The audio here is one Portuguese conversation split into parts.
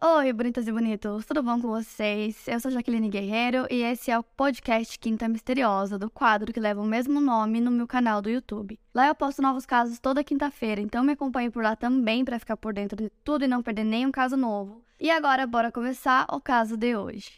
Oi, bonitas e bonitos, tudo bom com vocês? Eu sou Jaqueline Guerreiro e esse é o podcast Quinta Misteriosa, do quadro que leva o mesmo nome no meu canal do YouTube. Lá eu posto novos casos toda quinta-feira, então me acompanhe por lá também para ficar por dentro de tudo e não perder nenhum caso novo. E agora, bora começar o caso de hoje.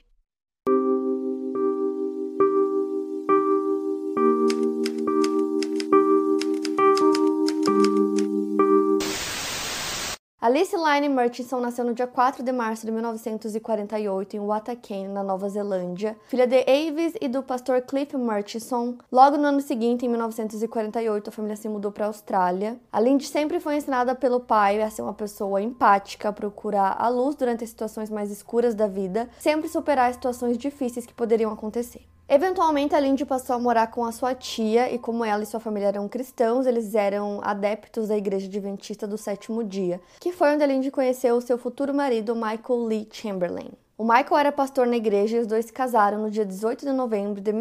Alice Line Murchison nasceu no dia 4 de março de 1948 em Waitakere, na Nova Zelândia, filha de Avis e do pastor Cliff Murchison. Logo no ano seguinte, em 1948, a família se mudou para a Austrália. A Lindy sempre foi ensinada pelo pai a ser uma pessoa empática, a procurar a luz durante as situações mais escuras da vida, sempre superar as situações difíceis que poderiam acontecer. Eventualmente, a Lindy passou a morar com a sua tia e como ela e sua família eram cristãos, eles eram adeptos da Igreja Adventista do Sétimo Dia, que foi onde a Lindy conheceu o seu futuro marido, Michael Lee Chamberlain. O Michael era pastor na igreja e os dois se casaram no dia 18 de novembro de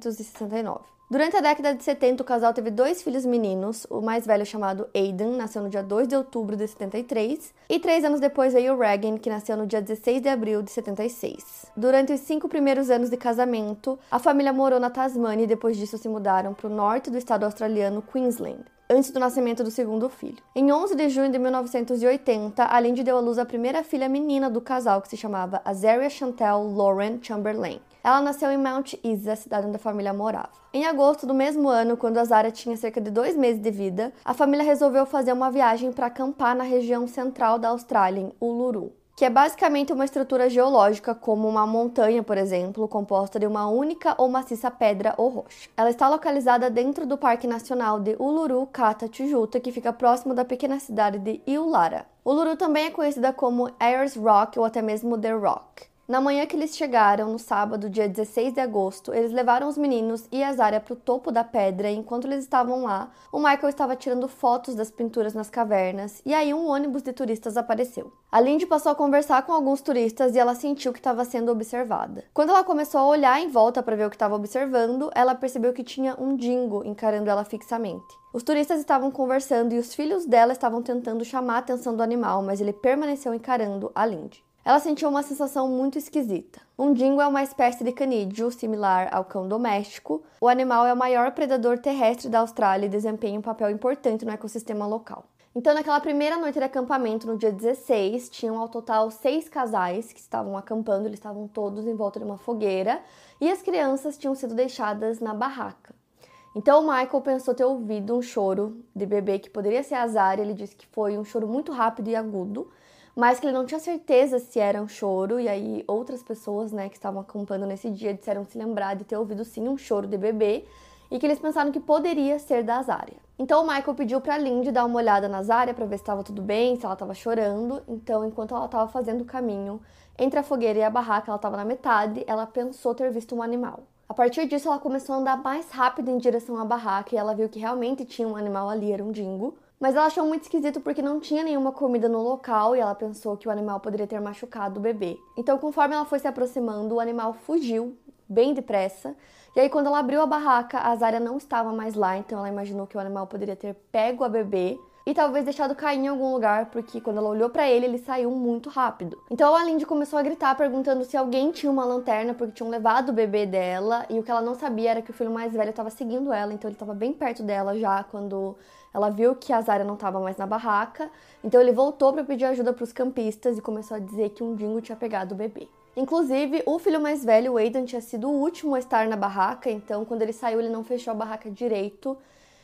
1969. Durante a década de 70, o casal teve 2 filhos meninos, o mais velho chamado Aidan, nasceu no dia 2 de outubro de 73, e 3 anos depois veio o Regan, que nasceu no dia 16 de abril de 76. Durante os 5 primeiros anos de casamento, a família morou na Tasmânia e depois disso se mudaram para o norte do estado australiano Queensland, antes do nascimento do segundo filho. Em 11 de junho de 1980, a Lindy deu à luz a primeira filha menina do casal, que se chamava Azaria Chantel Lauren Chamberlain. Ela nasceu em Mount Isa, cidade onde a família morava. Em agosto do mesmo ano, quando Azaria tinha cerca de 2 meses de vida, a família resolveu fazer uma viagem para acampar na região central da Austrália, em Uluru, que é basicamente uma estrutura geológica, como uma montanha, por exemplo, composta de uma única ou maciça pedra ou rocha. Ela está localizada dentro do Parque Nacional de Uluru-Kata-Tjuta, que fica próximo da pequena cidade de Iulara. Uluru também é conhecida como Ayers Rock ou até mesmo The Rock. Na manhã que eles chegaram, no sábado, dia 16 de agosto, eles levaram os meninos e a Azaria para o topo da pedra e enquanto eles estavam lá, o Michael estava tirando fotos das pinturas nas cavernas e aí um ônibus de turistas apareceu. A Lindy passou a conversar com alguns turistas e ela sentiu que estava sendo observada. Quando ela começou a olhar em volta para ver o que estava observando, ela percebeu que tinha um dingo encarando ela fixamente. Os turistas estavam conversando e os filhos dela estavam tentando chamar a atenção do animal, mas ele permaneceu encarando a Lindy. Ela sentiu uma sensação muito esquisita. Um dingo é uma espécie de canídeo similar ao cão doméstico. O animal é o maior predador terrestre da Austrália e desempenha um papel importante no ecossistema local. Então, naquela primeira noite de acampamento, no dia 16, tinham ao total 6 casais que estavam acampando, eles estavam todos em volta de uma fogueira e as crianças tinham sido deixadas na barraca. Então, o Michael pensou ter ouvido um choro de bebê que poderia ser a Azaria. Ele disse que foi um choro muito rápido e agudo, mas que ele não tinha certeza se era um choro, e aí outras pessoas, que estavam acampando nesse dia disseram se lembrar de ter ouvido sim um choro de bebê, e que eles pensaram que poderia ser da Azaria. Então o Michael pediu pra Lindy dar uma olhada na Azaria pra ver se estava tudo bem, se ela estava chorando. Então, enquanto ela estava fazendo o caminho entre a fogueira e a barraca, ela estava na metade, ela pensou ter visto um animal. A partir disso, ela começou a andar mais rápido em direção à barraca e ela viu que realmente tinha um animal ali, era um dingo. Mas ela achou muito esquisito porque não tinha nenhuma comida no local e ela pensou que o animal poderia ter machucado o bebê. Então, conforme ela foi se aproximando, o animal fugiu bem depressa. E aí, quando ela abriu a barraca, a Azaria não estava mais lá, então ela imaginou que o animal poderia ter pego a bebê e talvez deixado cair em algum lugar, porque quando ela olhou pra ele, ele saiu muito rápido. Então a Lindy começou a gritar, perguntando se alguém tinha uma lanterna, porque tinham levado o bebê dela, e o que ela não sabia era que o filho mais velho estava seguindo ela, então ele estava bem perto dela já quando ela viu que a Azaria não estava mais na barraca. Então ele voltou para pedir ajuda para os campistas e começou a dizer que um dingo tinha pegado o bebê. Inclusive, o filho mais velho, o Aidan, tinha sido o último a estar na barraca, então quando ele saiu, ele não fechou a barraca direito.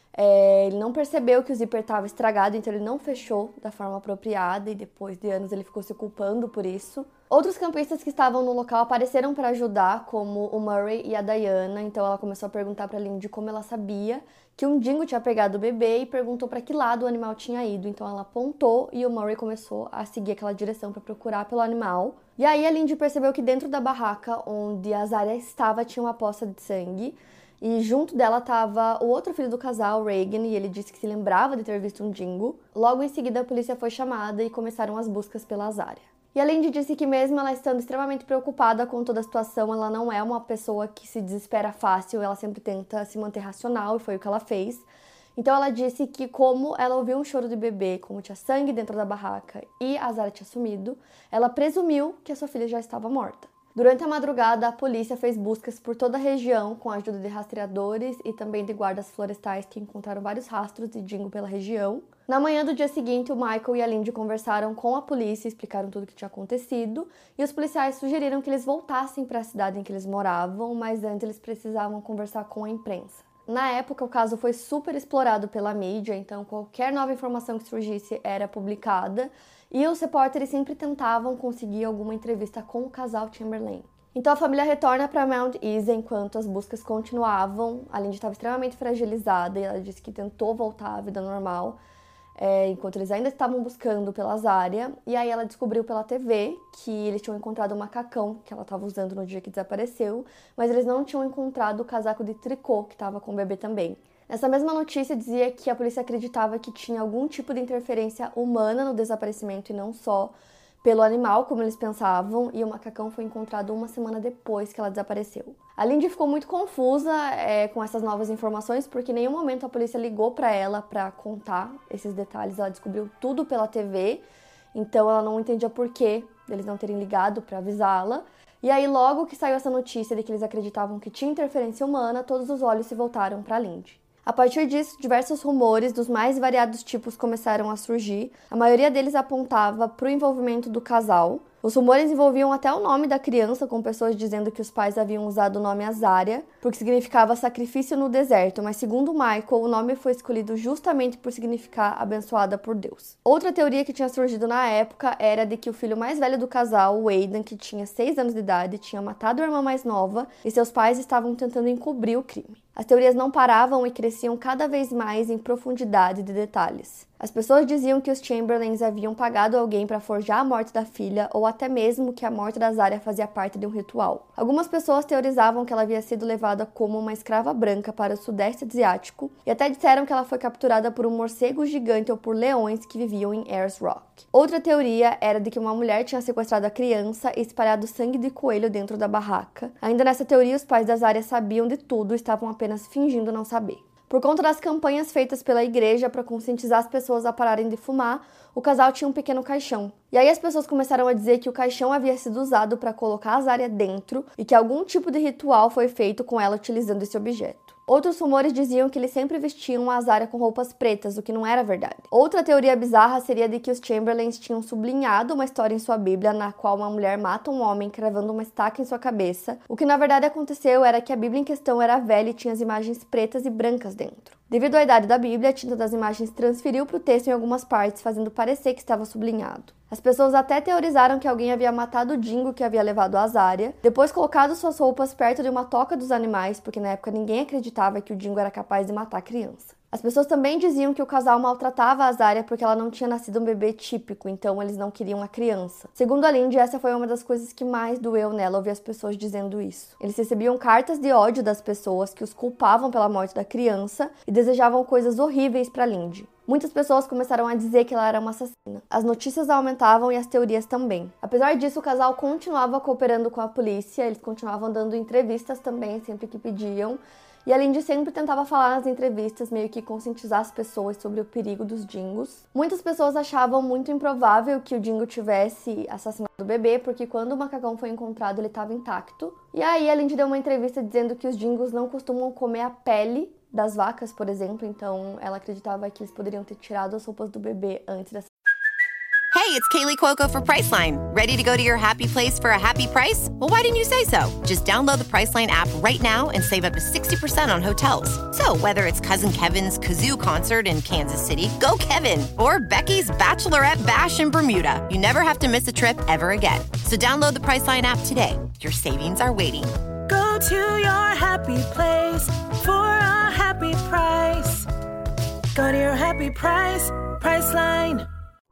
Ele não percebeu que o zíper estava estragado, então ele não fechou da forma apropriada e depois de anos ele ficou se culpando por isso. Outros campistas que estavam no local apareceram para ajudar, como o Murray e a Diana, então ela começou a perguntar para a Lindy como ela sabia que um dingo tinha pegado o bebê e perguntou para que lado o animal tinha ido. Então ela apontou e o Murray começou a seguir aquela direção para procurar pelo animal. E aí a Lindy percebeu que dentro da barraca onde a Azaria estava tinha uma poça de sangue. E junto dela estava o outro filho do casal, o Regan, e ele disse que se lembrava de ter visto um dingo. Logo em seguida, a polícia foi chamada e começaram as buscas pela Azaria. E a Lindy disse que mesmo ela estando extremamente preocupada com toda a situação, ela não é uma pessoa que se desespera fácil, ela sempre tenta se manter racional, e foi o que ela fez. Então ela disse que como ela ouviu um choro de bebê, como tinha sangue dentro da barraca e a Zara tinha sumido, ela presumiu que a sua filha já estava morta. Durante a madrugada, a polícia fez buscas por toda a região com a ajuda de rastreadores e também de guardas florestais que encontraram vários rastros de dingo pela região. Na manhã do dia seguinte, o Michael e a Lindy conversaram com a polícia e explicaram tudo o que tinha acontecido, e os policiais sugeriram que eles voltassem para a cidade em que eles moravam, mas antes eles precisavam conversar com a imprensa. Na época, o caso foi super explorado pela mídia, então qualquer nova informação que surgisse era publicada, e os repórteres sempre tentavam conseguir alguma entrevista com o casal Chamberlain. Então a família retorna para Mount Isa enquanto as buscas continuavam. A Lindy estava extremamente fragilizada e ela disse que tentou voltar à vida normal, enquanto eles ainda estavam buscando pela Zara. E aí ela descobriu pela TV que eles tinham encontrado um macacão que ela estava usando no dia que desapareceu, mas eles não tinham encontrado o casaco de tricô que estava com o bebê também. Essa mesma notícia dizia que a polícia acreditava que tinha algum tipo de interferência humana no desaparecimento e não só pelo animal, como eles pensavam, e o macacão foi encontrado uma semana depois que ela desapareceu. A Lindy ficou muito confusa com essas novas informações, porque em nenhum momento a polícia ligou para ela para contar esses detalhes. Ela descobriu tudo pela TV, então ela não entendia por que eles não terem ligado para avisá-la. E aí, logo que saiu essa notícia de que eles acreditavam que tinha interferência humana, todos os olhos se voltaram para a Lindy. A partir disso, diversos rumores dos mais variados tipos começaram a surgir. A maioria deles apontava para o envolvimento do casal. Os rumores envolviam até o nome da criança, com pessoas dizendo que os pais haviam usado o nome Azaria, porque significava sacrifício no deserto, mas segundo Michael, o nome foi escolhido justamente por significar abençoada por Deus. Outra teoria que tinha surgido na época era de que o filho mais velho do casal, o Aidan, que tinha 6 anos de idade, tinha matado a irmã mais nova e seus pais estavam tentando encobrir o crime. As teorias não paravam e cresciam cada vez mais em profundidade de detalhes. As pessoas diziam que os Chamberlains haviam pagado alguém para forjar a morte da filha, ou até mesmo que a morte da Zara fazia parte de um ritual. Algumas pessoas teorizavam que ela havia sido levada como uma escrava branca para o sudeste asiático, e até disseram que ela foi capturada por um morcego gigante ou por leões que viviam em Ayers Rock. Outra teoria era de que uma mulher tinha sequestrado a criança e espalhado sangue de coelho dentro da barraca. Ainda nessa teoria, os pais da Zara sabiam de tudo e estavam apenas fingindo não saber. Por conta das campanhas feitas pela igreja para conscientizar as pessoas a pararem de fumar, o casal tinha um pequeno caixão. E aí as pessoas começaram a dizer que o caixão havia sido usado para colocar a Zara dentro e que algum tipo de ritual foi feito com ela utilizando esse objeto. Outros rumores diziam que eles sempre vestiam a Zara com roupas pretas, o que não era verdade. Outra teoria bizarra seria de que os Chamberlains tinham sublinhado uma história em sua Bíblia na qual uma mulher mata um homem cravando uma estaca em sua cabeça. O que na verdade aconteceu era que a Bíblia em questão era velha e tinha as imagens pretas e brancas dentro. Devido à idade da Bíblia, a tinta das imagens transferiu para o texto em algumas partes, fazendo parecer que estava sublinhado. As pessoas até teorizaram que alguém havia matado o dingo que havia levado a Azaria, depois colocado suas roupas perto de uma toca dos animais, porque na época ninguém acreditava que o dingo era capaz de matar a criança. As pessoas também diziam que o casal maltratava a Azaria porque ela não tinha nascido um bebê típico, então eles não queriam a criança. Segundo a Lindy, essa foi uma das coisas que mais doeu nela, ouvir as pessoas dizendo isso. Eles recebiam cartas de ódio das pessoas que os culpavam pela morte da criança e desejavam coisas horríveis para Lindy. Muitas pessoas começaram a dizer que ela era uma assassina. As notícias aumentavam e as teorias também. Apesar disso, o casal continuava cooperando com a polícia, eles continuavam dando entrevistas também, sempre que pediam. E a Lindy sempre tentava falar nas entrevistas, meio que conscientizar as pessoas sobre o perigo dos dingos. Muitas pessoas achavam muito improvável que o dingo tivesse assassinado o bebê, porque quando o macacão foi encontrado, ele estava intacto. E aí a Lindy deu uma entrevista dizendo que os dingos não costumam comer a pele das vacas, por exemplo, então ela acreditava que eles poderiam ter tirado as roupas do bebê antes dessa. Hey, it's Kaylee Cuoco for Priceline. Ready to go to your happy place for a happy price? Well, why didn't you say so? Just download the Priceline app right now and save up to 60% on hotels. So whether it's Cousin Kevin's Kazoo Concert in Kansas City, go Kevin, or Becky's Bachelorette Bash in Bermuda, you never have to miss a trip ever again. So download the Priceline app today. Your savings are waiting. Go to your happy place for a happy price. Go to your happy price, Priceline.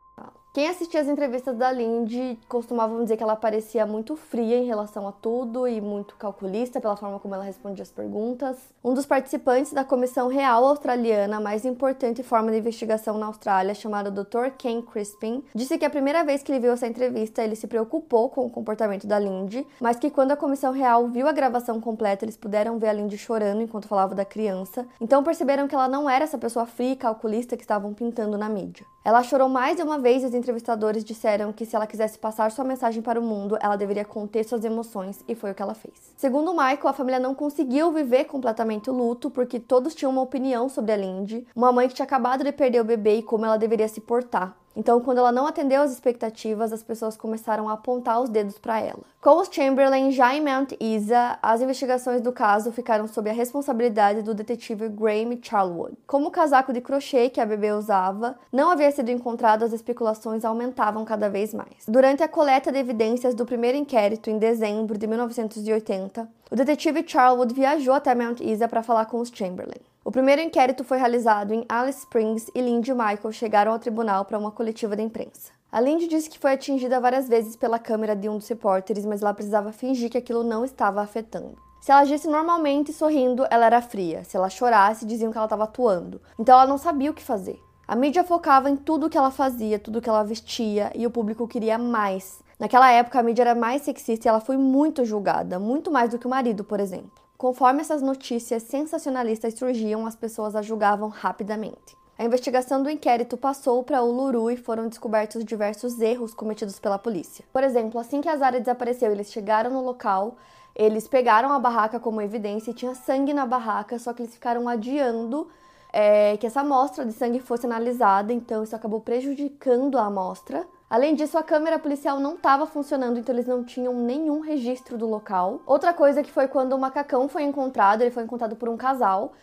Quem assistia as entrevistas da Lindy costumavam dizer que ela parecia muito fria em relação a tudo e muito calculista pela forma como ela respondia as perguntas. Um dos participantes da Comissão Real Australiana, a mais importante forma de investigação na Austrália, chamado Dr. Ken Crispin, disse que a primeira vez que ele viu essa entrevista, ele se preocupou com o comportamento da Lindy, mas que quando a Comissão Real viu a gravação completa, eles puderam ver a Lindy chorando enquanto falava da criança, então perceberam que ela não era essa pessoa fria e calculista que estavam pintando na mídia. Ela chorou mais de uma vez e os entrevistadores disseram que se ela quisesse passar sua mensagem para o mundo, ela deveria conter suas emoções, e foi o que ela fez. Segundo Michael, a família não conseguiu viver completamente o luto porque todos tinham uma opinião sobre a Lindy, uma mãe que tinha acabado de perder o bebê e como ela deveria se portar. Então, quando ela não atendeu às expectativas, as pessoas começaram a apontar os dedos para ela. Com os Chamberlain já em Mount Isa, as investigações do caso ficaram sob a responsabilidade do detetive Graham Charlwood. Como o casaco de crochê que a bebê usava não havia sido encontrado, as especulações aumentavam cada vez mais. Durante a coleta de evidências do primeiro inquérito, em dezembro de 1980, o detetive Charlwood viajou até Mount Isa para falar com os Chamberlain. O primeiro inquérito foi realizado em Alice Springs e Lindy e Michael chegaram ao tribunal para uma coletiva de imprensa. A Lindy disse que foi atingida várias vezes pela câmera de um dos repórteres, mas ela precisava fingir que aquilo não estava afetando. Se ela agisse normalmente, sorrindo, ela era fria. Se ela chorasse, diziam que ela estava atuando. Então ela não sabia o que fazer. A mídia focava em tudo o que ela fazia, tudo o que ela vestia, e o público queria mais. Naquela época, a mídia era mais sexista e ela foi muito julgada, muito mais do que o marido, por exemplo. Conforme essas notícias sensacionalistas surgiam, as pessoas a julgavam rapidamente. A investigação do inquérito passou para Uluru e foram descobertos diversos erros cometidos pela polícia. Por exemplo, assim que a Zara desapareceu, eles chegaram no local, eles pegaram a barraca como evidência e tinha sangue na barraca, só que eles ficaram adiando que essa amostra de sangue fosse analisada, então isso acabou prejudicando a amostra. Além disso, a câmera policial não estava funcionando, então eles não tinham nenhum registro do local. Outra coisa que foi quando o macacão foi encontrado, ele foi encontrado por um casal,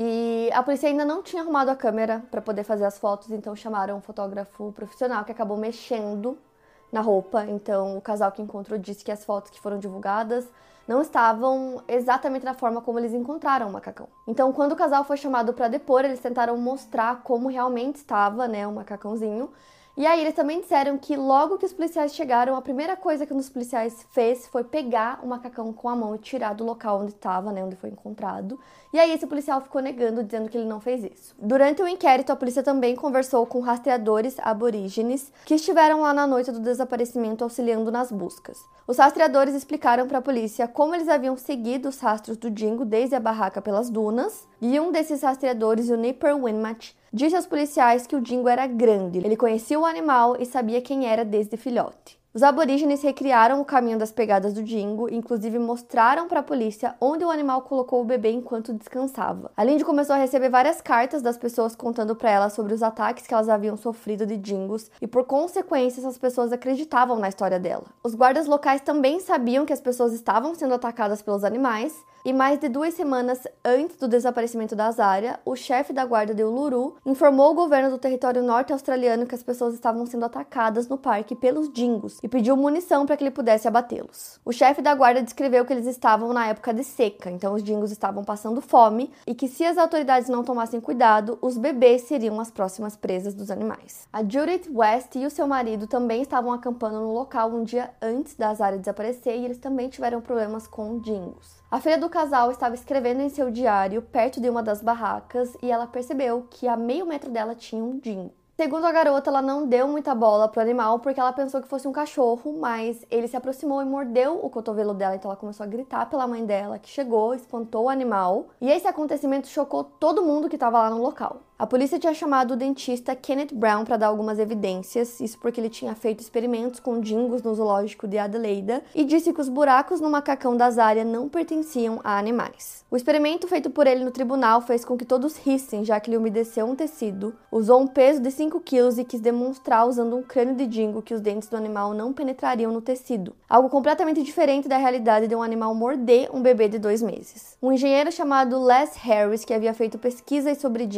e a polícia ainda não tinha arrumado a câmera para poder fazer as fotos, então chamaram um fotógrafo profissional que acabou mexendo na roupa. Então o casal que encontrou disse que as fotos que foram divulgadas não estavam exatamente da forma como eles encontraram o macacão. Então, quando o casal foi chamado para depor, eles tentaram mostrar como realmente estava, o macacãozinho. E aí eles também disseram que logo que os policiais chegaram, a primeira coisa que um dos policiais fez foi pegar o macacão com a mão e tirar do local onde estava, onde foi encontrado. E aí esse policial ficou negando, dizendo que ele não fez isso. Durante o inquérito, a polícia também conversou com rastreadores aborígenes que estiveram lá na noite do desaparecimento auxiliando nas buscas. Os rastreadores explicaram para a polícia como eles haviam seguido os rastros do dingo desde a barraca pelas dunas, e um desses rastreadores, o Nipper Winmatch, disse aos policiais que o dingo era grande, ele conhecia o animal e sabia quem era desde filhote. Os aborígenes recriaram o caminho das pegadas do dingo e inclusive mostraram para a polícia onde o animal colocou o bebê enquanto descansava. A Lindy começou a receber várias cartas das pessoas contando para ela sobre os ataques que elas haviam sofrido de dingos e por consequência essas pessoas acreditavam na história dela. Os guardas locais também sabiam que as pessoas estavam sendo atacadas pelos animais e mais de 2 semanas antes do desaparecimento da Zara, o chefe da guarda de Uluru informou o governo do território norte-australiano que as pessoas estavam sendo atacadas no parque pelos dingos e pediu munição para que ele pudesse abatê-los. O chefe da guarda descreveu que eles estavam na época de seca, então os dingos estavam passando fome e que se as autoridades não tomassem cuidado, os bebês seriam as próximas presas dos animais. A Judith West e o seu marido também estavam acampando no local um dia antes da Zara desaparecer e eles também tiveram problemas com dingos. A filha do casal estava escrevendo em seu diário perto de uma das barracas e ela percebeu que a meio metro dela tinha um dingo. Segundo a garota, ela não deu muita bola pro animal porque ela pensou que fosse um cachorro, mas ele se aproximou e mordeu o cotovelo dela, então ela começou a gritar pela mãe dela, que chegou, espantou o animal, e esse acontecimento chocou todo mundo que estava lá no local. A polícia tinha chamado o dentista Kenneth Brown para dar algumas evidências, isso porque ele tinha feito experimentos com dingos no zoológico de Adelaide e disse que os buracos no macacão da Zara não pertenciam a animais. O experimento feito por ele no tribunal fez com que todos rissem, já que ele umedeceu um tecido, usou um peso de 5 quilos e quis demonstrar usando um crânio de dingo que os dentes do animal não penetrariam no tecido, algo completamente diferente da realidade de um animal morder um bebê de 2 meses. Um engenheiro chamado Les Harris, que havia feito pesquisas sobre dingos para uma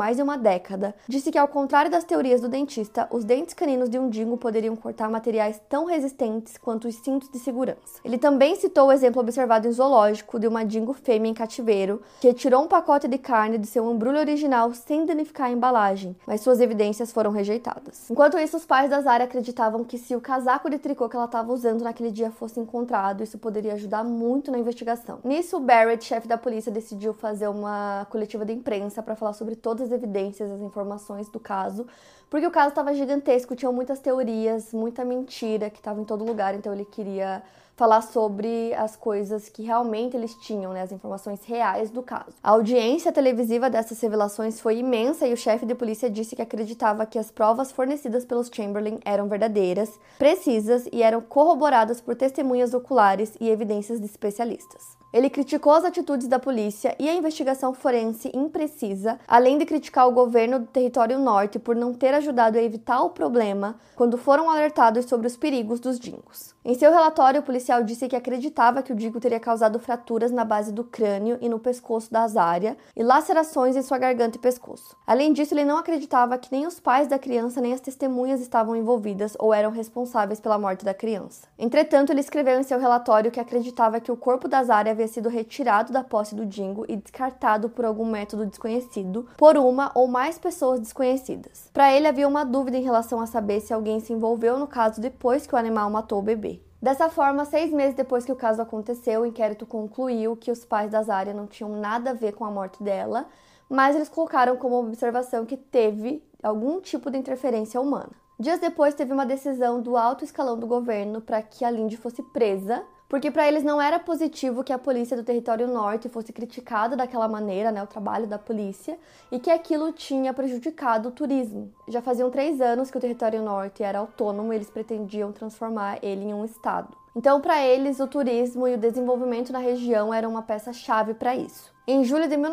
mais de uma década, disse que, ao contrário das teorias do dentista, os dentes caninos de um dingo poderiam cortar materiais tão resistentes quanto os cintos de segurança. Ele também citou o exemplo observado em zoológico de uma dingo fêmea em cativeiro, que retirou um pacote de carne de seu embrulho original sem danificar a embalagem, mas suas evidências foram rejeitadas. Enquanto isso, os pais da Zari acreditavam que se o casaco de tricô que ela estava usando naquele dia fosse encontrado, isso poderia ajudar muito na investigação. Nisso, Barrett, chefe da polícia, decidiu fazer uma coletiva de imprensa para falar sobre todas as evidências e as informações do caso, porque o caso estava gigantesco, tinham muitas teorias, muita mentira que estava em todo lugar, então ele queria falar sobre as coisas que realmente eles tinham, né, as informações reais do caso. A audiência televisiva dessas revelações foi imensa e o chefe de polícia disse que acreditava que as provas fornecidas pelos Chamberlain eram verdadeiras, precisas e eram corroboradas por testemunhas oculares e evidências de especialistas. Ele criticou as atitudes da polícia e a investigação forense imprecisa, além de criticar o governo do Território Norte por não ter ajudado a evitar o problema quando foram alertados sobre os perigos dos dingos. Em seu relatório, o policial disse que acreditava que o dingo teria causado fraturas na base do crânio e no pescoço da Azaria e lacerações em sua garganta e pescoço. Além disso, ele não acreditava que nem os pais da criança nem as testemunhas estavam envolvidas ou eram responsáveis pela morte da criança. Entretanto, ele escreveu em seu relatório que acreditava que o corpo da Azaria havia sido retirado da posse do dingo e descartado por algum método desconhecido por uma ou mais pessoas desconhecidas. Para ele, havia uma dúvida em relação a saber se alguém se envolveu no caso depois que o animal matou o bebê. Dessa forma, 6 meses depois que o caso aconteceu, o inquérito concluiu que os pais da Azaria não tinham nada a ver com a morte dela, mas eles colocaram como observação que teve algum tipo de interferência humana. Dias depois, teve uma decisão do alto escalão do governo para que a Lindy fosse presa, porque para eles não era positivo que a polícia do Território Norte fosse criticada daquela maneira, né, o trabalho da polícia, e que aquilo tinha prejudicado o turismo. Já faziam 3 anos que o Território Norte era autônomo e eles pretendiam transformar ele em um estado. Então, para eles, o turismo e o desenvolvimento na região eram uma peça-chave para isso. Em julho de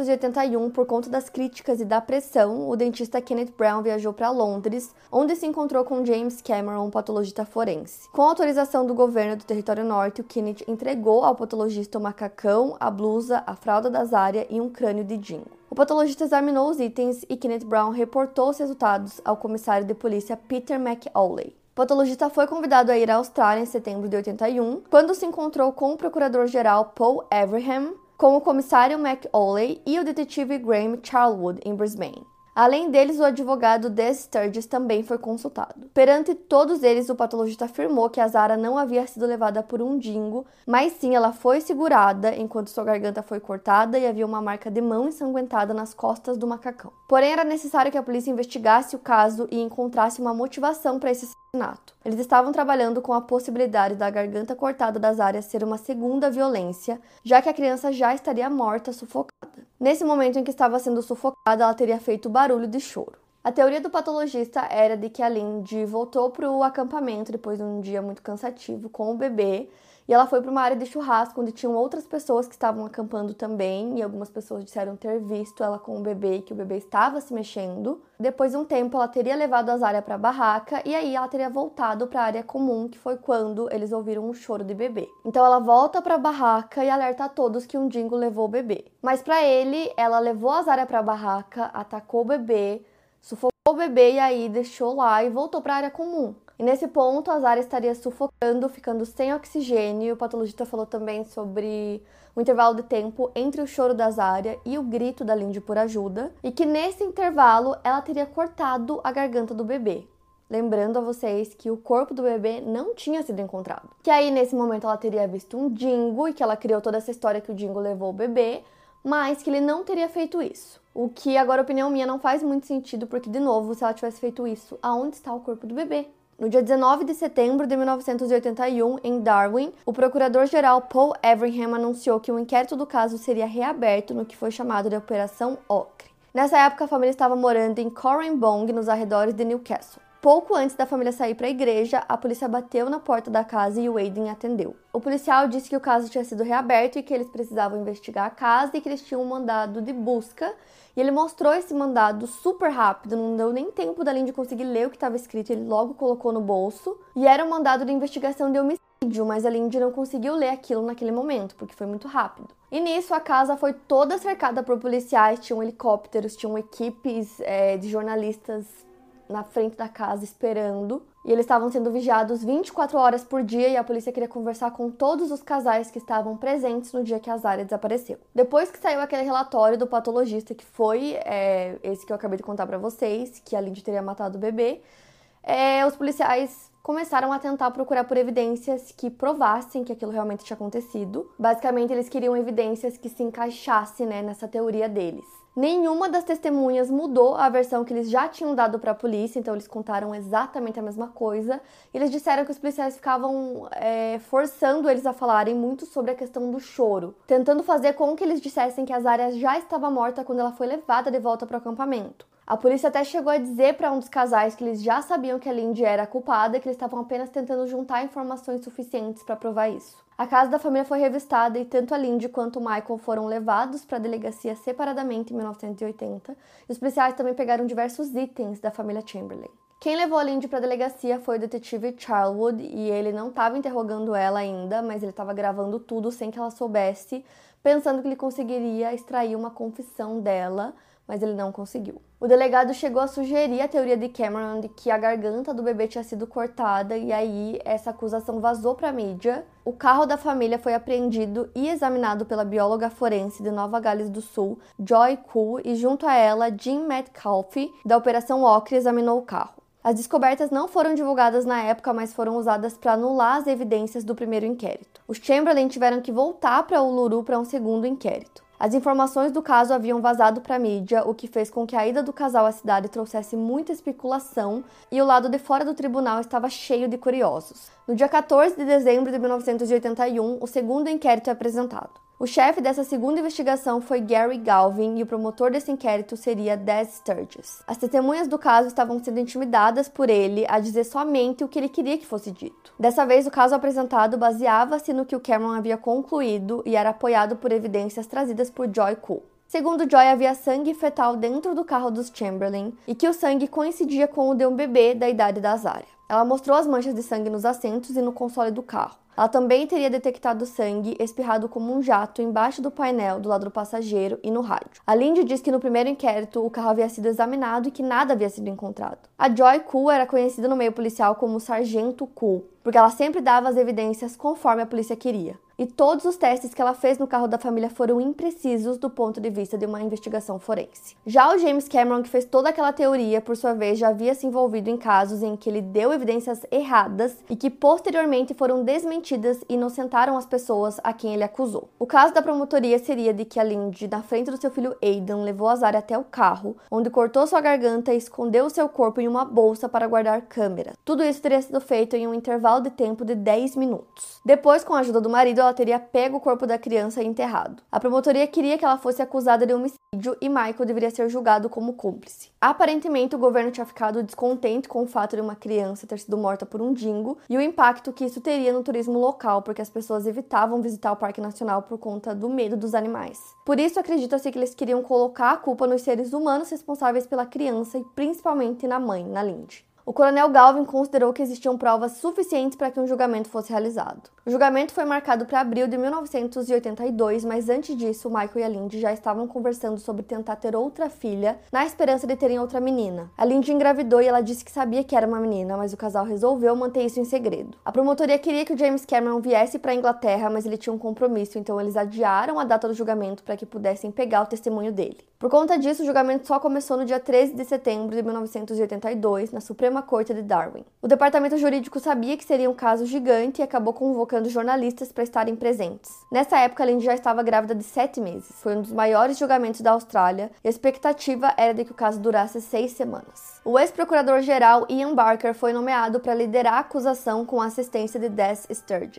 1981, por conta das críticas e da pressão, o dentista Kenneth Brown viajou para Londres, onde se encontrou com James Cameron, um patologista forense. Com autorização do governo do Território Norte, o Kenneth entregou ao patologista o macacão, a blusa, a fralda da Azaria e um crânio de dingo. O patologista examinou os itens e Kenneth Brown reportou os resultados ao comissário de polícia Peter McAuley. O patologista foi convidado a ir à Austrália em setembro de 81, quando se encontrou com o procurador-geral Paul Everham, com o comissário McAuley e o detetive Graham Charlwood, em Brisbane. Além deles, o advogado Des Sturgis também foi consultado. Perante todos eles, o patologista afirmou que a Zara não havia sido levada por um dingo, mas sim ela foi segurada enquanto sua garganta foi cortada e havia uma marca de mão ensanguentada nas costas do macacão. Porém, era necessário que a polícia investigasse o caso e encontrasse uma motivação para esse assassinato. Eles estavam trabalhando com a possibilidade da garganta cortada da Zara ser uma segunda violência, já que a criança já estaria morta, sufocada. Nesse momento em que estava sendo sufocada, ela teria feito barulho de choro. A teoria do patologista era de que a Lindy voltou para o acampamento depois de um dia muito cansativo com o bebê, e ela foi para uma área de churrasco onde tinham outras pessoas que estavam acampando também, e algumas pessoas disseram ter visto ela com o bebê e que o bebê estava se mexendo. Depois de um tempo, ela teria levado a Azaria para a barraca e aí ela teria voltado para a área comum, que foi quando eles ouviram um choro de bebê. Então ela volta para a barraca e alerta a todos que um dingo levou o bebê. Mas para ele, ela levou a Azaria para a barraca, atacou o bebê, sufocou o bebê e aí deixou lá e voltou para a área comum. E nesse ponto, a Azaria estaria sufocando, ficando sem oxigênio. O patologista falou também sobre o intervalo de tempo entre o choro da Azaria e o grito da Lindy por ajuda. E que nesse intervalo, ela teria cortado a garganta do bebê. Lembrando a vocês que o corpo do bebê não tinha sido encontrado. Que aí, nesse momento, ela teria visto um dingo e que ela criou toda essa história que o dingo levou o bebê, mas que ele não teria feito isso. O que, agora, opinião minha, não faz muito sentido, porque, de novo, se ela tivesse feito isso, aonde está o corpo do bebê? No dia 19 de setembro de 1981, em Darwin, o procurador-geral Paul Everham anunciou que o inquérito do caso seria reaberto no que foi chamado de Operação Ocre. Nessa época, a família estava morando em Corranbong, nos arredores de Newcastle. Pouco antes da família sair para a igreja, a polícia bateu na porta da casa e o Aiden atendeu. O policial disse que o caso tinha sido reaberto e que eles precisavam investigar a casa e que eles tinham um mandado de busca. E ele mostrou esse mandado super rápido, não deu nem tempo da Lindy conseguir ler o que estava escrito, ele logo colocou no bolso. E era um mandado de investigação de homicídio, mas a Lindy não conseguiu ler aquilo naquele momento, porque foi muito rápido. E nisso a casa foi toda cercada por policiais, tinham helicópteros, tinham equipes de jornalistas na frente da casa esperando. E eles estavam sendo vigiados 24 horas por dia e a polícia queria conversar com todos os casais que estavam presentes no dia que a Azaria desapareceu. Depois que saiu aquele relatório do patologista, que foi esse que eu acabei de contar pra vocês, que a Lindy teria matado o bebê, os policiais começaram a tentar procurar por evidências que provassem que aquilo realmente tinha acontecido. Basicamente, eles queriam evidências que se encaixassem, nessa teoria deles. Nenhuma das testemunhas mudou a versão que eles já tinham dado para a polícia, então eles contaram exatamente a mesma coisa. Eles disseram que os policiais ficavam forçando eles a falarem muito sobre a questão do choro, tentando fazer com que eles dissessem que a Azaria já estava morta quando ela foi levada de volta para o acampamento. A polícia até chegou a dizer para um dos casais que eles já sabiam que a Lindy era a culpada e que eles estavam apenas tentando juntar informações suficientes para provar isso. A casa da família foi revistada e tanto a Lindy quanto o Michael foram levados para a delegacia separadamente em 1980. E os policiais também pegaram diversos itens da família Chamberlain. Quem levou a Lindy para a delegacia foi o detetive Charlwood e ele não estava interrogando ela ainda, mas ele estava gravando tudo sem que ela soubesse, pensando que ele conseguiria extrair uma confissão dela, mas ele não conseguiu. O delegado chegou a sugerir a teoria de Cameron de que a garganta do bebê tinha sido cortada e aí essa acusação vazou para a mídia. O carro da família foi apreendido e examinado pela bióloga forense de Nova Gales do Sul, Joy Kuhl, e junto a ela, Jim Metcalfe, da Operação Ocre, examinou o carro. As descobertas não foram divulgadas na época, mas foram usadas para anular as evidências do primeiro inquérito. Os Chamberlain tiveram que voltar para Uluru para um segundo inquérito. As informações do caso haviam vazado para a mídia, o que fez com que a ida do casal à cidade trouxesse muita especulação e o lado de fora do tribunal estava cheio de curiosos. No dia 14 de dezembro de 1981, o segundo inquérito é apresentado. O chefe dessa segunda investigação foi Gary Galvin e o promotor desse inquérito seria Des Sturgis. As testemunhas do caso estavam sendo intimidadas por ele a dizer somente o que ele queria que fosse dito. Dessa vez, o caso apresentado baseava-se no que o Cameron havia concluído e era apoiado por evidências trazidas por Joy Kuhl. Segundo Joy, havia sangue fetal dentro do carro dos Chamberlain e que o sangue coincidia com o de um bebê da idade da Azaria. Ela mostrou as manchas de sangue nos assentos e no console do carro. Ela também teria detectado sangue espirrado como um jato embaixo do painel do lado do passageiro e no rádio. A Lindy diz que no primeiro inquérito o carro havia sido examinado e que nada havia sido encontrado. A Joy Kuhl era conhecida no meio policial como Sargento Kuhl, porque ela sempre dava as evidências conforme a polícia queria. E todos os testes que ela fez no carro da família foram imprecisos do ponto de vista de uma investigação forense. Já o James Cameron, que fez toda aquela teoria, por sua vez, já havia se envolvido em casos em que ele deu evidências erradas e que posteriormente foram desmentidas e inocentaram as pessoas a quem ele acusou. O caso da promotoria seria de que a Lindy, na frente do seu filho Aiden, levou a Azaria até o carro, onde cortou sua garganta e escondeu o seu corpo em uma bolsa para guardar câmeras. Tudo isso teria sido feito em um intervalo de tempo de 10 minutos. Depois, com a ajuda do marido, ela teria pego o corpo da criança e enterrado. A promotoria queria que ela fosse acusada de homicídio e Michael deveria ser julgado como cúmplice. Aparentemente, o governo tinha ficado descontente com o fato de uma criança ter sido morta por um dingo e o impacto que isso teria no turismo local, porque as pessoas evitavam visitar o Parque Nacional por conta do medo dos animais. Por isso, acredita-se que eles queriam colocar a culpa nos seres humanos responsáveis pela criança e principalmente na mãe, na Lindy. O coronel Galvin considerou que existiam provas suficientes para que um julgamento fosse realizado. O julgamento foi marcado para abril de 1982, mas antes disso, o Michael e a Lindy já estavam conversando sobre tentar ter outra filha, na esperança de terem outra menina. A Lindy engravidou e ela disse que sabia que era uma menina, mas o casal resolveu manter isso em segredo. A promotoria queria que o James Cameron viesse para a Inglaterra, mas ele tinha um compromisso, então eles adiaram a data do julgamento para que pudessem pegar o testemunho dele. Por conta disso, o julgamento só começou no dia 13 de setembro de 1982, na Suprema Corte de Darwin. O departamento jurídico sabia que seria um caso gigante e acabou convocando jornalistas para estarem presentes. Nessa época, a Lindy já estava grávida de 7 meses. Foi um dos maiores julgamentos da Austrália e a expectativa era de que o caso durasse 6 semanas. O ex-procurador-geral Ian Barker foi nomeado para liderar a acusação com a assistência de Des Sturgis.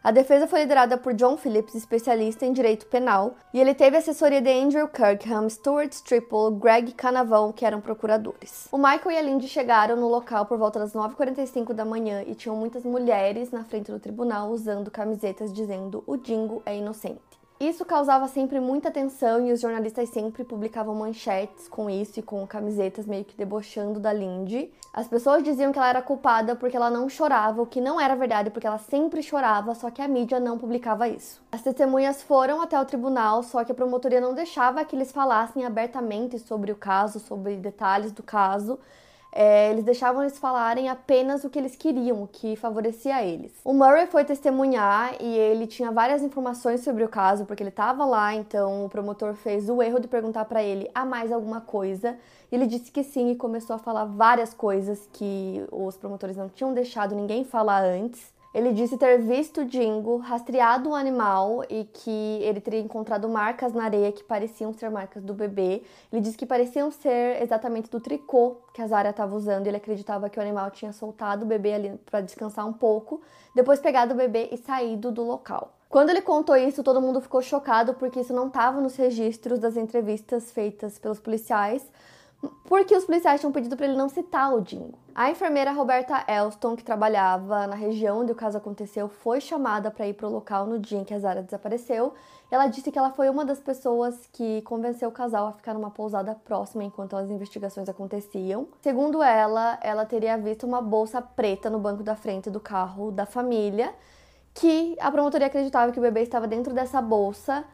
A defesa foi liderada por John Phillips, especialista em direito penal, e ele teve a assessoria de Andrew Kirkham, Stuart Stripple, Greg Canavan, que eram procuradores. O Michael e a Lindy chegaram no local por volta das 9h45 da manhã e tinham muitas mulheres na frente do tribunal usando camisetas dizendo "o Dingo é inocente". Isso causava sempre muita tensão e os jornalistas sempre publicavam manchetes com isso e com camisetas meio que debochando da Lindy. As pessoas diziam que ela era culpada porque ela não chorava, o que não era verdade porque ela sempre chorava, só que a mídia não publicava isso. As testemunhas foram até o tribunal, só que a promotoria não deixava que eles falassem abertamente sobre o caso, sobre detalhes do caso. Eles deixavam eles falarem apenas o que eles queriam, o que favorecia eles. O Murray foi testemunhar e ele tinha várias informações sobre o caso, porque ele estava lá, então o promotor fez o erro de perguntar para ele: há mais alguma coisa? E ele disse que sim e começou a falar várias coisas que os promotores não tinham deixado ninguém falar antes. Ele disse ter visto o Dingo, rastreado o animal e que ele teria encontrado marcas na areia que pareciam ser marcas do bebê. Ele disse que pareciam ser exatamente do tricô que a Zara estava usando. Ele acreditava que o animal tinha soltado o bebê ali para descansar um pouco, depois pegado o bebê e saído do local. Quando ele contou isso, todo mundo ficou chocado porque isso não estava nos registros das entrevistas feitas pelos policiais, porque os policiais tinham pedido para ele não citar o Dingo. A enfermeira Roberta Elston, que trabalhava na região onde o caso aconteceu, foi chamada para ir para o local no dia em que a Zara desapareceu. Ela disse que ela foi uma das pessoas que convenceu o casal a ficar numa pousada próxima enquanto as investigações aconteciam. Segundo ela teria visto uma bolsa preta no banco da frente do carro da família, que a promotoria acreditava que o bebê estava dentro dessa bolsa,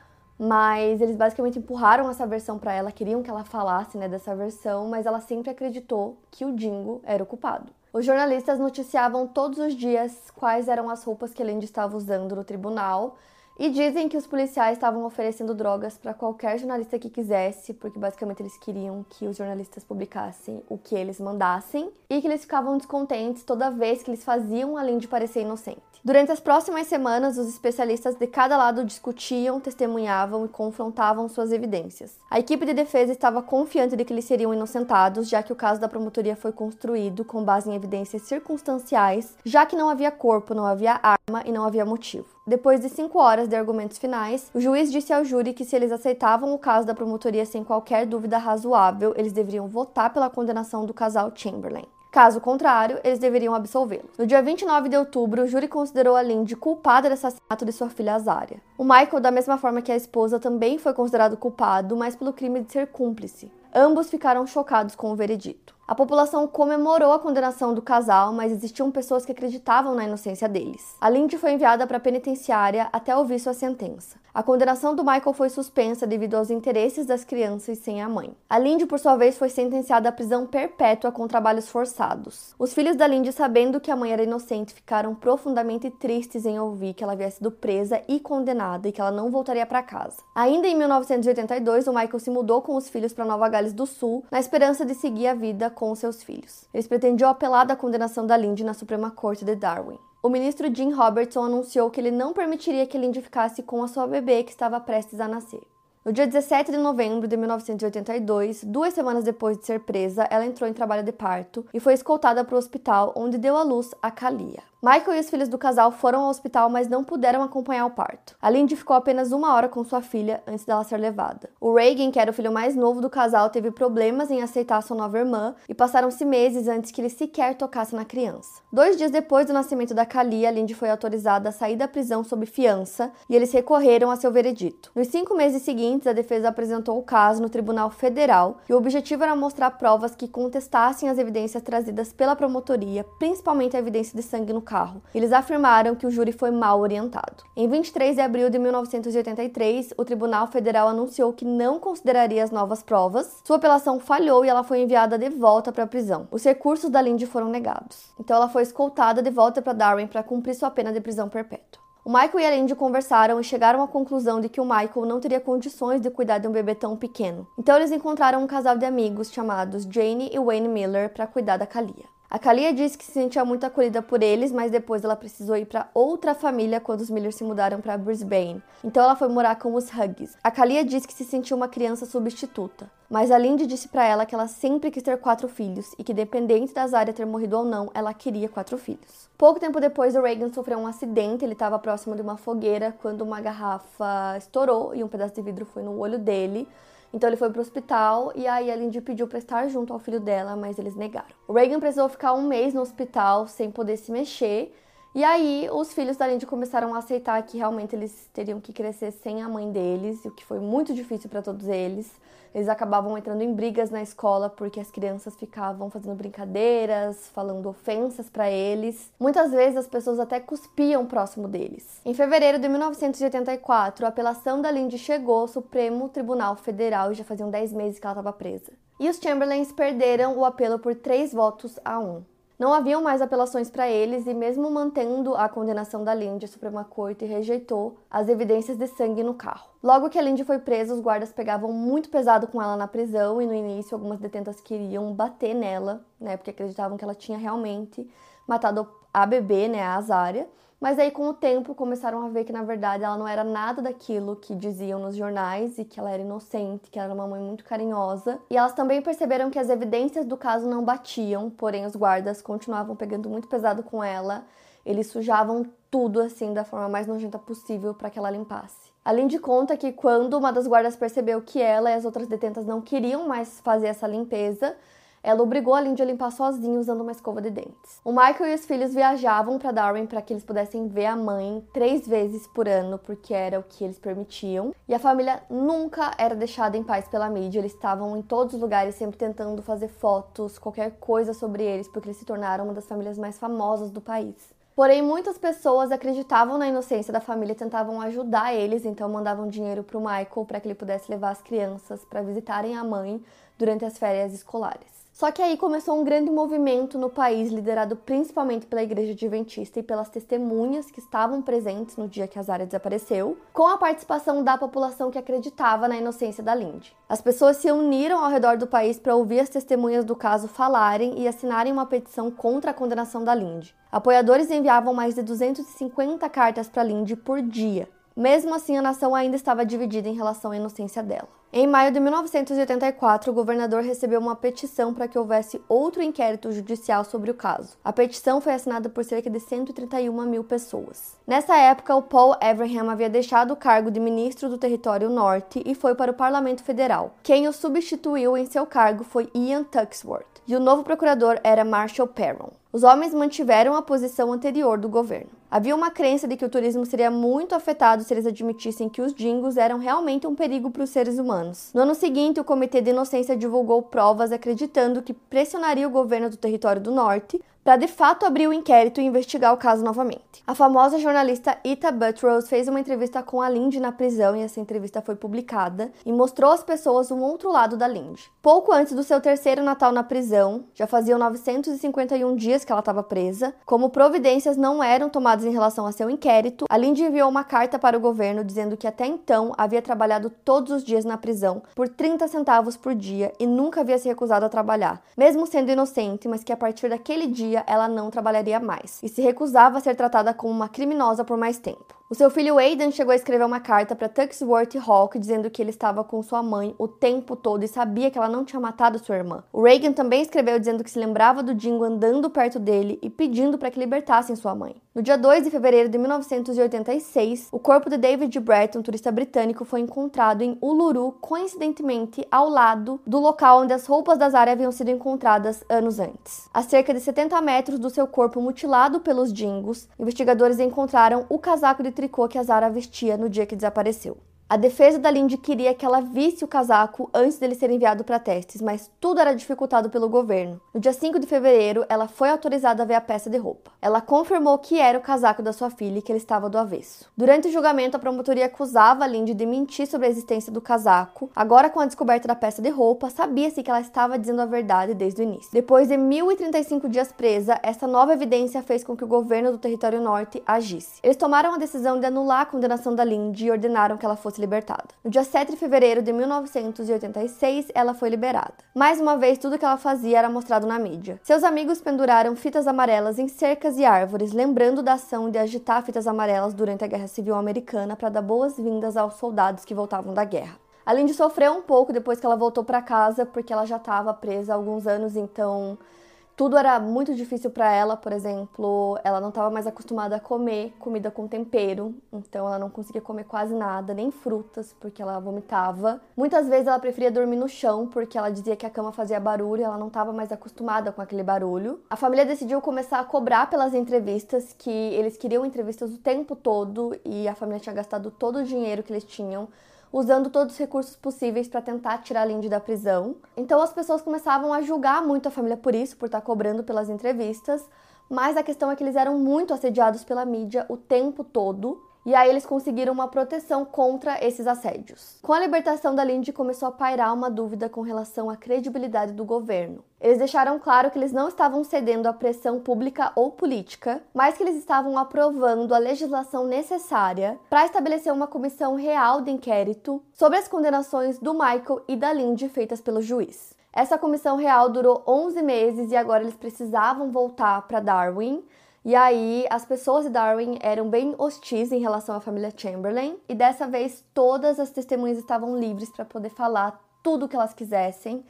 mas eles basicamente empurraram essa versão para ela, queriam que ela falasse, dessa versão, mas ela sempre acreditou que o Dingo era o culpado. Os jornalistas noticiavam todos os dias quais eram as roupas que a Lindy estava usando no tribunal e dizem que os policiais estavam oferecendo drogas para qualquer jornalista que quisesse, porque basicamente eles queriam que os jornalistas publicassem o que eles mandassem e que eles ficavam descontentes toda vez que eles faziam a Lindy parecer inocente. Durante as próximas semanas, os especialistas de cada lado discutiam, testemunhavam e confrontavam suas evidências. A equipe de defesa estava confiante de que eles seriam inocentados, já que o caso da promotoria foi construído com base em evidências circunstanciais, já que não havia corpo, não havia arma e não havia motivo. Depois de 5 horas de argumentos finais, o juiz disse ao júri que se eles aceitavam o caso da promotoria sem qualquer dúvida razoável, eles deveriam votar pela condenação do casal Chamberlain. Caso contrário, eles deveriam absolvê-lo. No dia 29 de outubro, o júri considerou a Lindy culpada do assassinato de sua filha Azaria. O Michael, da mesma forma que a esposa, também foi considerado culpado, mas pelo crime de ser cúmplice. Ambos ficaram chocados com o veredito. A população comemorou a condenação do casal, mas existiam pessoas que acreditavam na inocência deles. A Lindy foi enviada para a penitenciária até ouvir sua sentença. A condenação do Michael foi suspensa devido aos interesses das crianças sem a mãe. A Lindy, por sua vez, foi sentenciada à prisão perpétua com trabalhos forçados. Os filhos da Lindy, sabendo que a mãe era inocente, ficaram profundamente tristes em ouvir que ela havia sido presa e condenada e que ela não voltaria para casa. Ainda em 1982, o Michael se mudou com os filhos para Nova Gales do Sul, na esperança de seguir a vida com seus filhos. Eles pretendiam apelar da condenação da Lindy na Suprema Corte de Darwin. O ministro Jim Robertson anunciou que ele não permitiria que Lindy ficasse com a sua bebê que estava prestes a nascer. No dia 17 de novembro de 1982, 2 semanas depois de ser presa, ela entrou em trabalho de parto e foi escoltada para o hospital, onde deu à luz a Kalia. Michael e os filhos do casal foram ao hospital, mas não puderam acompanhar o parto. A Lindy ficou apenas 1 hora com sua filha antes dela ser levada. O Reagan, que era o filho mais novo do casal, teve problemas em aceitar sua nova irmã e passaram-se meses antes que ele sequer tocasse na criança. 2 dias depois do nascimento da Kalia, a Lindy foi autorizada a sair da prisão sob fiança e eles recorreram a seu veredito. Nos 5 meses seguintes, a defesa apresentou o caso no Tribunal Federal e o objetivo era mostrar provas que contestassem as evidências trazidas pela promotoria, principalmente a evidência de sangue no carro. Eles afirmaram que o júri foi mal orientado. Em 23 de abril de 1983, o Tribunal Federal anunciou que não consideraria as novas provas. Sua apelação falhou e ela foi enviada de volta para a prisão. Os recursos da Lindy foram negados. Então ela foi escoltada de volta para Darwin para cumprir sua pena de prisão perpétua. O Michael e a Lindy conversaram e chegaram à conclusão de que o Michael não teria condições de cuidar de um bebê tão pequeno. Então eles encontraram um casal de amigos chamados Jane e Wayne Miller para cuidar da Kalia. A Kalia disse que se sentia muito acolhida por eles, mas depois ela precisou ir para outra família quando os Miller se mudaram para Brisbane. Então ela foi morar com os Huggies. A Kalia disse que se sentiu uma criança substituta, mas a Lindy disse para ela que ela sempre quis ter 4 filhos e que, dependente da Zarya ter morrido ou não, ela queria 4 filhos. Pouco tempo depois, o Reagan sofreu um acidente. Ele estava próximo de uma fogueira quando uma garrafa estourou e um pedaço de vidro foi no olho dele. Então ele foi pro hospital e aí a Lindy pediu para estar junto ao filho dela, mas eles negaram. O Reagan precisou ficar 1 mês no hospital sem poder se mexer. E aí os filhos da Lindy começaram a aceitar que realmente eles teriam que crescer sem a mãe deles, o que foi muito difícil para todos eles. Eles acabavam entrando em brigas na escola porque as crianças ficavam fazendo brincadeiras, falando ofensas para eles. Muitas vezes as pessoas até cuspiam próximo deles. Em fevereiro de 1984, a apelação da Lindy chegou ao Supremo Tribunal Federal e já faziam 10 meses que ela estava presa. E os Chamberlains perderam o apelo por 3-1. Não haviam mais apelações para eles e, mesmo mantendo a condenação da Lindy, a Suprema Corte rejeitou as evidências de sangue no carro. Logo que a Lindy foi presa, os guardas pegavam muito pesado com ela na prisão e, no início, algumas detentas queriam bater nela, porque acreditavam que ela tinha realmente matado a bebê, a Zarya. Mas aí, com o tempo, começaram a ver que, na verdade, ela não era nada daquilo que diziam nos jornais e que ela era inocente, que ela era uma mãe muito carinhosa. E elas também perceberam que as evidências do caso não batiam, porém os guardas continuavam pegando muito pesado com ela. Eles sujavam tudo, assim, da forma mais nojenta possível para que ela limpasse. Além de conta que, quando uma das guardas percebeu que ela e as outras detentas não queriam mais fazer essa limpeza, ela obrigou a Lindy a limpar sozinha usando uma escova de dentes. O Michael e os filhos viajavam para Darwin para que eles pudessem ver a mãe 3 vezes por ano, porque era o que eles permitiam. E a família nunca era deixada em paz pela mídia. Eles estavam em todos os lugares, sempre tentando fazer fotos, qualquer coisa sobre eles, porque eles se tornaram uma das famílias mais famosas do país. Porém, muitas pessoas acreditavam na inocência da família e tentavam ajudar eles, então mandavam dinheiro para o Michael para que ele pudesse levar as crianças para visitarem a mãe durante as férias escolares. Só que aí começou um grande movimento no país, liderado principalmente pela Igreja Adventista e pelas testemunhas que estavam presentes no dia que a Zarya desapareceu, com a participação da população que acreditava na inocência da Lindy. As pessoas se uniram ao redor do país para ouvir as testemunhas do caso falarem e assinarem uma petição contra a condenação da Lindy. Apoiadores enviavam mais de 250 cartas para Lindy por dia. Mesmo assim, a nação ainda estava dividida em relação à inocência dela. Em maio de 1984, o governador recebeu uma petição para que houvesse outro inquérito judicial sobre o caso. A petição foi assinada por cerca de 131 mil pessoas. Nessa época, o Paul Everingham havia deixado o cargo de ministro do Território Norte e foi para o Parlamento Federal. Quem o substituiu em seu cargo foi Ian Tuxworth, e o novo procurador era Marshall Perron. Os homens mantiveram a posição anterior do governo. Havia uma crença de que o turismo seria muito afetado se eles admitissem que os dingos eram realmente um perigo para os seres humanos. No ano seguinte, o Comitê de Inocência divulgou provas acreditando que pressionaria o governo do Território do Norte para de fato abrir o inquérito e investigar o caso novamente. A famosa jornalista Ita Buttrose fez uma entrevista com a Lindy na prisão e essa entrevista foi publicada e mostrou às pessoas um outro lado da Lindy. Pouco antes do seu terceiro Natal na prisão, já faziam 951 dias que ela estava presa, como providências não eram tomadas em relação a seu inquérito, a Lindy enviou uma carta para o governo dizendo que até então havia trabalhado todos os dias na prisão por 30 centavos por dia e nunca havia se recusado a trabalhar, mesmo sendo inocente, mas que a partir daquele dia ela não trabalharia mais e se recusava a ser tratada como uma criminosa por mais tempo. O seu filho Aidan chegou a escrever uma carta para Tuxworth Hawk dizendo que ele estava com sua mãe o tempo todo e sabia que ela não tinha matado sua irmã. O Reagan também escreveu dizendo que se lembrava do Dingo andando perto dele e pedindo para que libertassem sua mãe. No dia 2 de fevereiro de 1986, o corpo de David Brett, um turista britânico, foi encontrado em Uluru, coincidentemente ao lado do local onde as roupas da Zarya haviam sido encontradas anos antes. A cerca de 70 metros do seu corpo mutilado pelos dingos, investigadores encontraram o casaco de tricô que a Zarya vestia no dia que desapareceu. A defesa da Lindy queria que ela visse o casaco antes dele ser enviado para testes, mas tudo era dificultado pelo governo. No dia 5 de fevereiro, ela foi autorizada a ver a peça de roupa. Ela confirmou que era o casaco da sua filha e que ele estava do avesso. Durante o julgamento, a promotoria acusava a Lindy de mentir sobre a existência do casaco. Agora, com a descoberta da peça de roupa, sabia-se que ela estava dizendo a verdade desde o início. Depois de 1.035 dias presa, essa nova evidência fez com que o governo do Território Norte agisse. Eles tomaram a decisão de anular a condenação da Lindy e ordenaram que ela fosse fosse libertada. No dia 7 de fevereiro de 1986, ela foi liberada. Mais uma vez, tudo que ela fazia era mostrado na mídia. Seus amigos penduraram fitas amarelas em cercas e árvores, lembrando da ação de agitar fitas amarelas durante a Guerra Civil Americana para dar boas-vindas aos soldados que voltavam da guerra. Além de sofrer um pouco depois que ela voltou para casa, porque ela já estava presa há alguns anos, então tudo era muito difícil para ela. Por exemplo, ela não estava mais acostumada a comer comida com tempero, então ela não conseguia comer quase nada, nem frutas, porque ela vomitava. Muitas vezes ela preferia dormir no chão, porque ela dizia que a cama fazia barulho e ela não estava mais acostumada com aquele barulho. A família decidiu começar a cobrar pelas entrevistas, que eles queriam entrevistas o tempo todo, e a família tinha gastado todo o dinheiro que eles tinham usando todos os recursos possíveis para tentar tirar a Lindy da prisão. Então as pessoas começavam a julgar muito a família por isso, por estar cobrando pelas entrevistas, mas a questão é que eles eram muito assediados pela mídia o tempo todo, e aí eles conseguiram uma proteção contra esses assédios. Com a libertação da Lindy, começou a pairar uma dúvida com relação à credibilidade do governo. Eles deixaram claro que eles não estavam cedendo à pressão pública ou política, mas que eles estavam aprovando a legislação necessária para estabelecer uma comissão real de inquérito sobre as condenações do Michael e da Lindy feitas pelo juiz. Essa comissão real durou 11 meses e agora eles precisavam voltar para Darwin. E aí, as pessoas de Darwin eram bem hostis em relação à família Chamberlain, e dessa vez todas as testemunhas estavam livres para poder falar tudo o que elas quisessem.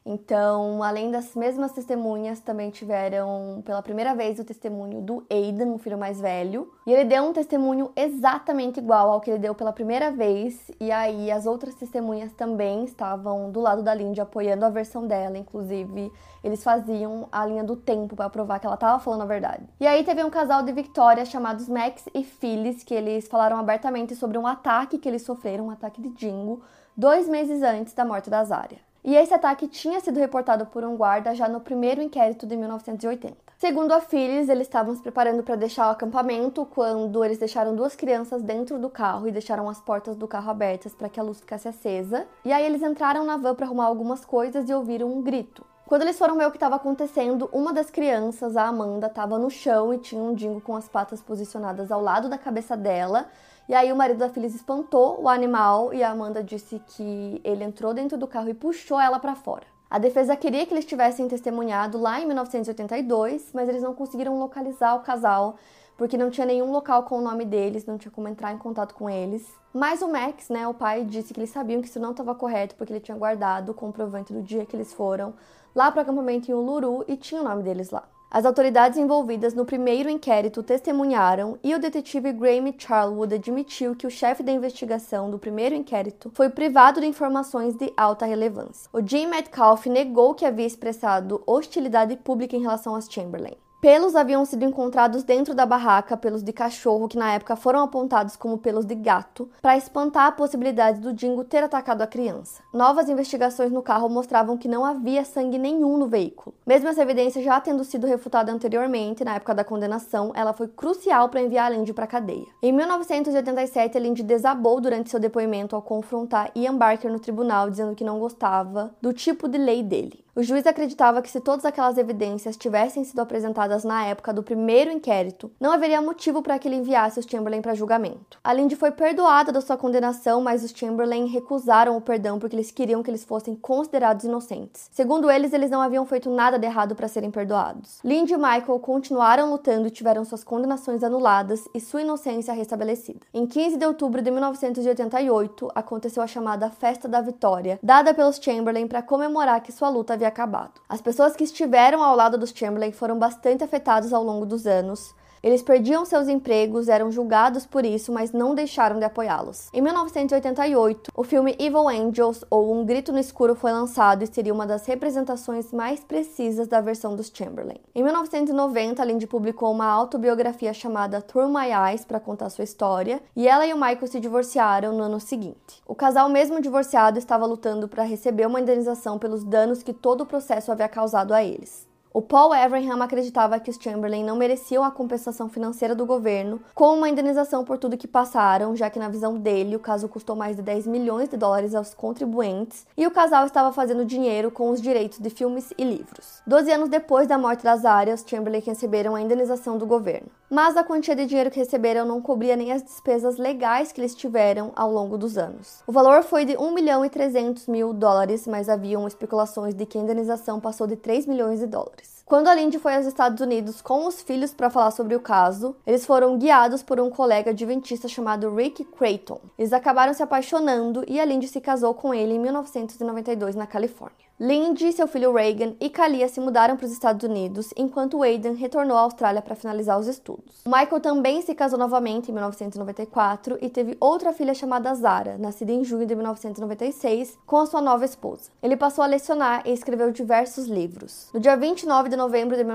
Então, além das mesmas testemunhas, também tiveram pela primeira vez o testemunho do Aidan, o filho mais velho. E ele deu um testemunho exatamente igual ao que ele deu pela primeira vez. E aí as outras testemunhas também estavam do lado da Lindy, apoiando a versão dela. Inclusive, eles faziam a linha do tempo para provar que ela estava falando a verdade. E aí teve um casal de Victoria chamados Max e Phyllis, que eles falaram abertamente sobre um ataque que eles sofreram, um ataque de Dingo, 2 meses antes da morte da Zarya. E esse ataque tinha sido reportado por um guarda já no primeiro inquérito de 1980. Segundo a Phyllis, eles estavam se preparando para deixar o acampamento quando eles deixaram 2 crianças dentro do carro e deixaram as portas do carro abertas para que a luz ficasse acesa. E aí eles entraram na van para arrumar algumas coisas e ouviram um grito. Quando eles foram ver o que estava acontecendo, uma das crianças, a Amanda, estava no chão e tinha um dingo com as patas posicionadas ao lado da cabeça dela. E aí o marido da Phyllis espantou o animal e a Amanda disse que ele entrou dentro do carro e puxou ela para fora. A defesa queria que eles tivessem testemunhado lá em 1982, mas eles não conseguiram localizar o casal, porque não tinha nenhum local com o nome deles, não tinha como entrar em contato com eles. Mas o Max, o pai, disse que eles sabiam que isso não estava correto, porque ele tinha guardado o comprovante do dia que eles foram lá para o acampamento em Uluru e tinha o nome deles lá. As autoridades envolvidas no primeiro inquérito testemunharam e o detetive Graeme Charlwood admitiu que o chefe da investigação do primeiro inquérito foi privado de informações de alta relevância. O Jim Metcalfe negou que havia expressado hostilidade pública em relação às Chamberlain. Pelos haviam sido encontrados dentro da barraca, pelos de cachorro, que na época foram apontados como pelos de gato, para espantar a possibilidade do Dingo ter atacado a criança. Novas investigações no carro mostravam que não havia sangue nenhum no veículo. Mesmo essa evidência já tendo sido refutada anteriormente, na época da condenação, ela foi crucial para enviar a Lindy para a cadeia. Em 1987, a Lindy desabou durante seu depoimento ao confrontar Ian Barker no tribunal, dizendo que não gostava do tipo de lei dele. O juiz acreditava que se todas aquelas evidências tivessem sido apresentadas na época do primeiro inquérito, não haveria motivo para que ele enviasse os Chamberlain para julgamento. A Lindy foi perdoada da sua condenação, mas os Chamberlain recusaram o perdão porque eles queriam que eles fossem considerados inocentes. Segundo eles, eles não haviam feito nada de errado para serem perdoados. Lindy e Michael continuaram lutando e tiveram suas condenações anuladas e sua inocência restabelecida. Em 15 de outubro de 1988, aconteceu a chamada Festa da Vitória, dada pelos Chamberlain para comemorar que sua luta havia acabado. As pessoas que estiveram ao lado dos Chamberlain foram bastante afetadas ao longo dos anos. Eles perdiam seus empregos, eram julgados por isso, mas não deixaram de apoiá-los. Em 1988, o filme Evil Angels, ou Um Grito no Escuro, foi lançado e seria uma das representações mais precisas da versão dos Chamberlain. Em 1990, a Lindy publicou uma autobiografia chamada Through My Eyes para contar sua história, e ela e o Michael se divorciaram no ano seguinte. O casal, mesmo divorciado, estava lutando para receber uma indenização pelos danos que todo o processo havia causado a eles. O Paul Everingham acreditava que os Chamberlain não mereciam a compensação financeira do governo, como uma indenização por tudo que passaram, já que na visão dele o caso custou mais de 10 milhões de dólares aos contribuintes e o casal estava fazendo dinheiro com os direitos de filmes e livros. 12 anos depois da morte da Zarya, os Chamberlain receberam a indenização do governo. Mas a quantia de dinheiro que receberam não cobria nem as despesas legais que eles tiveram ao longo dos anos. O valor foi de 1.300.000 dólares, mas haviam especulações de que a indenização passou de 3 milhões de dólares. Quando a Lindy foi aos Estados Unidos com os filhos para falar sobre o caso, eles foram guiados por um colega adventista chamado Rick Creighton. Eles acabaram se apaixonando e a Lindy se casou com ele em 1992 na Califórnia. Lindy, seu filho Reagan e Kalia se mudaram para os Estados Unidos, enquanto Aidan retornou à Austrália para finalizar os estudos. Michael também se casou novamente em 1994 e teve outra filha chamada Zara, nascida em junho de 1996, com a sua nova esposa. Ele passou a lecionar e escreveu diversos livros. No dia 29 de novembro de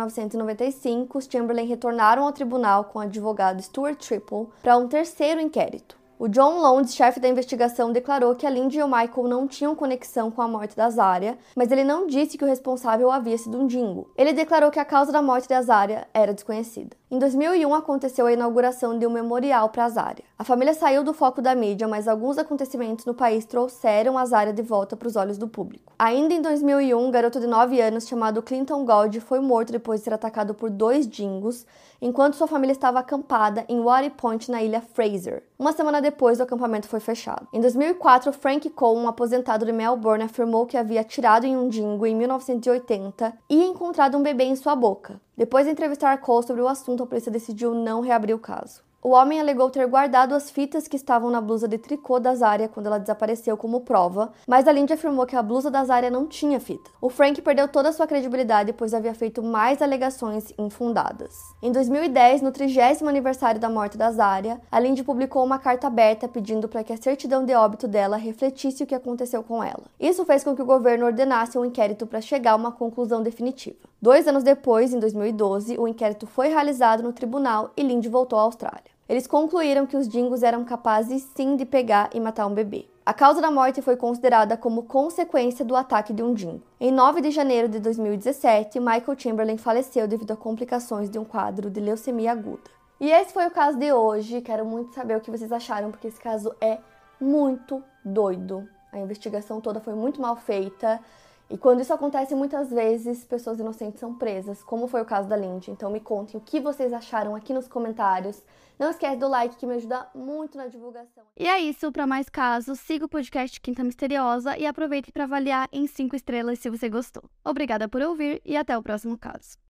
1995, os Chamberlain retornaram ao tribunal com o advogado Stuart Triple para um terceiro inquérito. O John Lowndes, chefe da investigação, declarou que a Lindy e o Michael não tinham conexão com a morte da Zarya, mas ele não disse que o responsável havia sido um dingo. Ele declarou que a causa da morte da Zarya era desconhecida. Em 2001, aconteceu a inauguração de um memorial para a Zarya. A família saiu do foco da mídia, mas alguns acontecimentos no país trouxeram a Zarya de volta para os olhos do público. Ainda em 2001, um garoto de 9 anos chamado Clinton Gold foi morto depois de ser atacado por 2 dingos, enquanto sua família estava acampada em Watty Point, na ilha Fraser. Uma semana depois, o acampamento foi fechado. Em 2004, Frank Cole, um aposentado de Melbourne, afirmou que havia atirado em um dingo em 1980 e encontrado um bebê em sua boca. Depois de entrevistar Cole sobre o assunto, a polícia decidiu não reabrir o caso. O homem alegou ter guardado as fitas que estavam na blusa de tricô da Zarya quando ela desapareceu como prova, mas a Lindy afirmou que a blusa da Zarya não tinha fita. O Frank perdeu toda a sua credibilidade, pois havia feito mais alegações infundadas. Em 2010, no 30º aniversário da morte da Zarya, a Lindy publicou uma carta aberta pedindo para que a certidão de óbito dela refletisse o que aconteceu com ela. Isso fez com que o governo ordenasse um inquérito para chegar a uma conclusão definitiva. 2 anos depois, em 2012, o inquérito foi realizado no tribunal e Lindy voltou à Austrália. Eles concluíram que os dingos eram capazes sim de pegar e matar um bebê. A causa da morte foi considerada como consequência do ataque de um dingo. Em 9 de janeiro de 2017, Michael Chamberlain faleceu devido a complicações de um quadro de leucemia aguda. E esse foi o caso de hoje. Quero muito saber o que vocês acharam, porque esse caso é muito doido. A investigação toda foi muito mal feita. E quando isso acontece, muitas vezes, pessoas inocentes são presas, como foi o caso da Lindy. Então me contem o que vocês acharam aqui nos comentários. Não esquece do like, que me ajuda muito na divulgação. E é isso, para mais casos, siga o podcast Quinta Misteriosa e aproveite para avaliar em 5 estrelas se você gostou. Obrigada por ouvir e até o próximo caso.